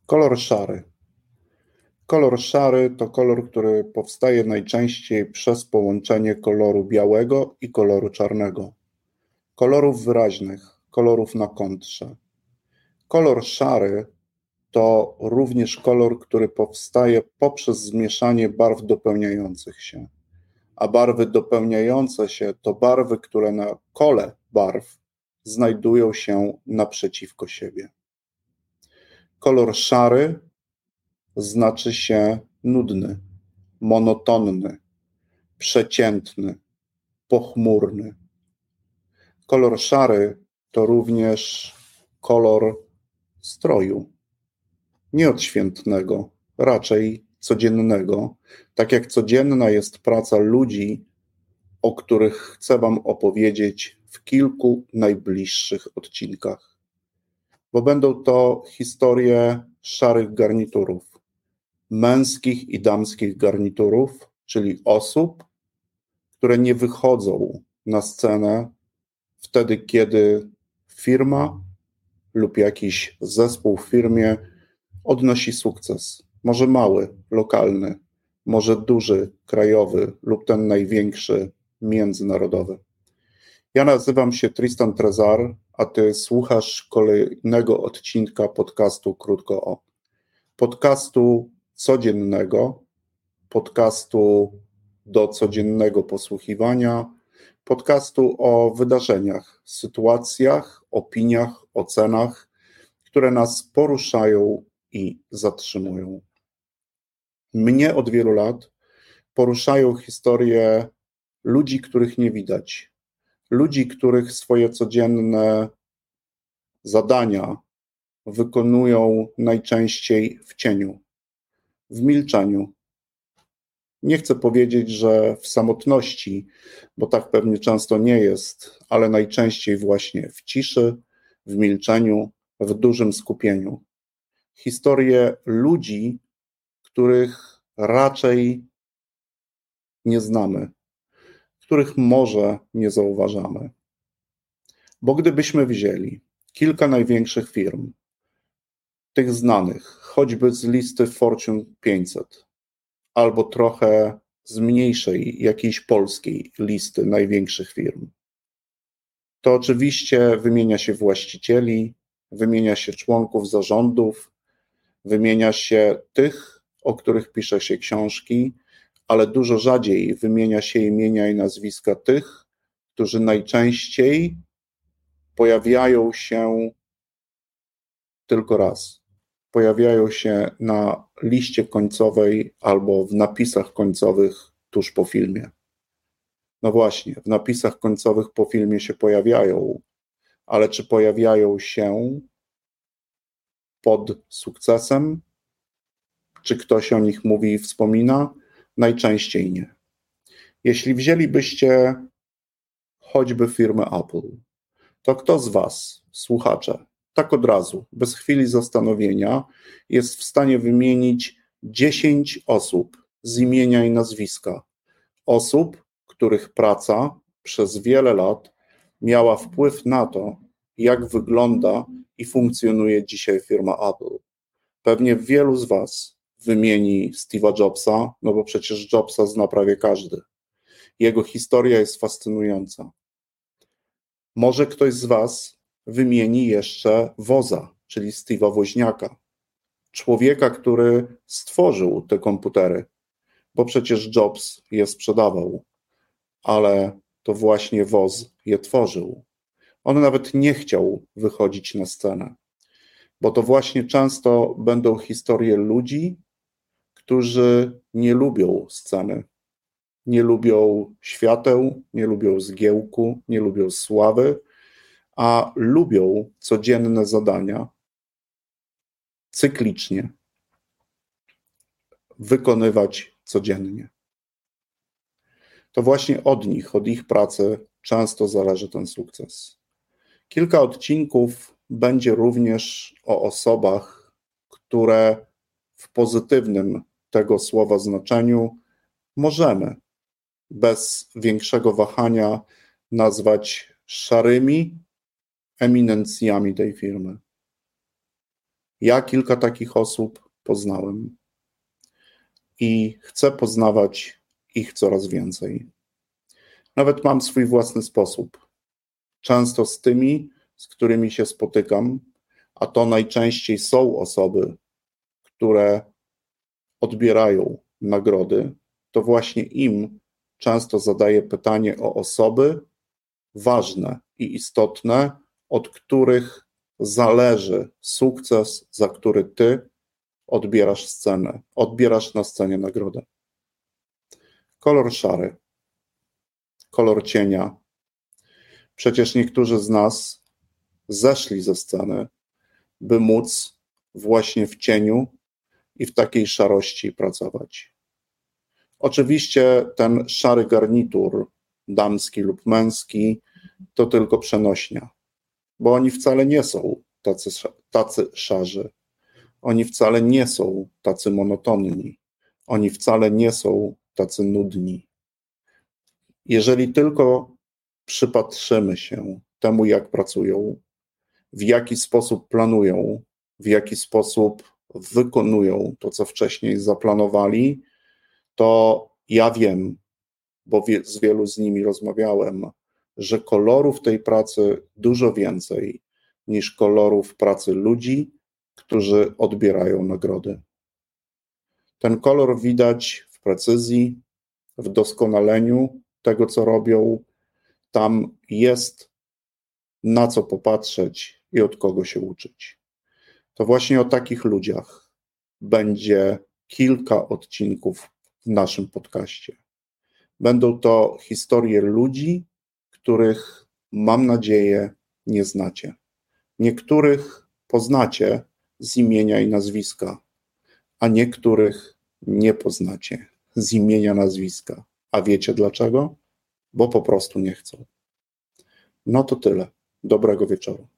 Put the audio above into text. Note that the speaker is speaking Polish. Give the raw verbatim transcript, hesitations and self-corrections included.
Kolor szary. Kolor szary to kolor, który powstaje najczęściej przez połączenie koloru białego i koloru czarnego. Kolorów wyraźnych, kolorów na kontrze. Kolor szary to również kolor, który powstaje poprzez zmieszanie barw dopełniających się. A barwy dopełniające się to barwy, które na kole barw znajdują się naprzeciwko siebie. Kolor szary znaczy się nudny, monotonny, przeciętny, pochmurny. Kolor szary to również kolor stroju, nieodświętnego, raczej codziennego, tak jak codzienna jest praca ludzi, o których chcę Wam opowiedzieć w kilku najbliższych odcinkach. Bo będą to historie szarych garniturów, męskich i damskich garniturów, czyli osób, które nie wychodzą na scenę wtedy, kiedy firma lub jakiś zespół w firmie odnosi sukces. Może mały, lokalny, może duży, krajowy lub ten największy, międzynarodowy. Ja nazywam się Tristan Trezar, a Ty słuchasz kolejnego odcinka podcastu Krótko o. Podcastu codziennego, podcastu do codziennego posłuchiwania, podcastu o wydarzeniach, sytuacjach, opiniach, ocenach, które nas poruszają i zatrzymują. Mnie od wielu lat poruszają historie ludzi, których nie widać, ludzi, których swoje codzienne zadania wykonują najczęściej w cieniu, w milczeniu. Nie chcę powiedzieć, że w samotności, bo tak pewnie często nie jest, ale najczęściej właśnie w ciszy, w milczeniu, w dużym skupieniu. Historie ludzi, których raczej nie znamy, których może nie zauważamy. Bo gdybyśmy wzięli kilka największych firm, tych znanych, choćby z listy Fortune pięćset, albo trochę z mniejszej, jakiejś polskiej listy największych firm, to oczywiście wymienia się właścicieli, wymienia się członków zarządów, wymienia się tych, o których pisze się książki, ale dużo rzadziej wymienia się imienia i nazwiska tych, którzy najczęściej pojawiają się tylko raz. Pojawiają się na liście końcowej albo w napisach końcowych tuż po filmie. No właśnie, w napisach końcowych po filmie się pojawiają, ale czy pojawiają się pod sukcesem? Czy ktoś o nich mówi i wspomina? Najczęściej nie. Jeśli wzięlibyście choćby firmę Apple, to kto z Was, słuchacze, tak od razu, bez chwili zastanowienia, jest w stanie wymienić dziesięć osób z imienia i nazwiska? Osób, których praca przez wiele lat miała wpływ na to, jak wygląda i funkcjonuje dzisiaj firma Apple. Pewnie wielu z Was wymieni Steve'a Jobsa, no bo przecież Jobsa zna prawie każdy. Jego historia jest fascynująca. Może ktoś z Was wymieni jeszcze Woza, czyli Steve'a Woźniaka, człowieka, który stworzył te komputery, bo przecież Jobs je sprzedawał, ale to właśnie Woz je tworzył. On nawet nie chciał wychodzić na scenę, bo to właśnie często będą historie ludzi, którzy nie lubią sceny, nie lubią świateł, nie lubią zgiełku, nie lubią sławy, a lubią codzienne zadania cyklicznie wykonywać codziennie. To właśnie od nich, od ich pracy często zależy ten sukces. Kilka odcinków będzie również o osobach, które w pozytywnym tego słowa znaczeniu możemy bez większego wahania nazwać szarymi eminencjami tej firmy. Ja kilka takich osób poznałem i chcę poznawać ich coraz więcej. Nawet mam swój własny sposób. Często z tymi, z którymi się spotykam, a to najczęściej są osoby, które odbierają nagrody, to właśnie im często zadaję pytanie o osoby ważne i istotne, od których zależy sukces, za który ty odbierasz scenę, odbierasz na scenie nagrodę. Kolor szary, kolor cienia. Przecież niektórzy z nas zeszli ze sceny, by móc właśnie w cieniu i w takiej szarości pracować. Oczywiście ten szary garnitur, damski lub męski, to tylko przenośnia, bo oni wcale nie są tacy, tacy szarzy. Oni wcale nie są tacy monotonni. Oni wcale nie są tacy nudni. Jeżeli tylko przypatrzymy się temu, jak pracują, w jaki sposób planują, w jaki sposób wykonują to, co wcześniej zaplanowali, to ja wiem, bo wie, z wielu z nimi rozmawiałem, że kolorów tej pracy dużo więcej niż kolorów pracy ludzi, którzy odbierają nagrody. Ten kolor widać w precyzji, w doskonaleniu tego, co robią. Tam jest na co popatrzeć i od kogo się uczyć. To właśnie o takich ludziach będzie kilka odcinków w naszym podcaście. Będą to historie ludzi, których, mam nadzieję, nie znacie. Niektórych poznacie z imienia i nazwiska, a niektórych nie poznacie z imienia, nazwiska. A wiecie dlaczego? Bo po prostu nie chcą. No to tyle. Dobrego wieczoru.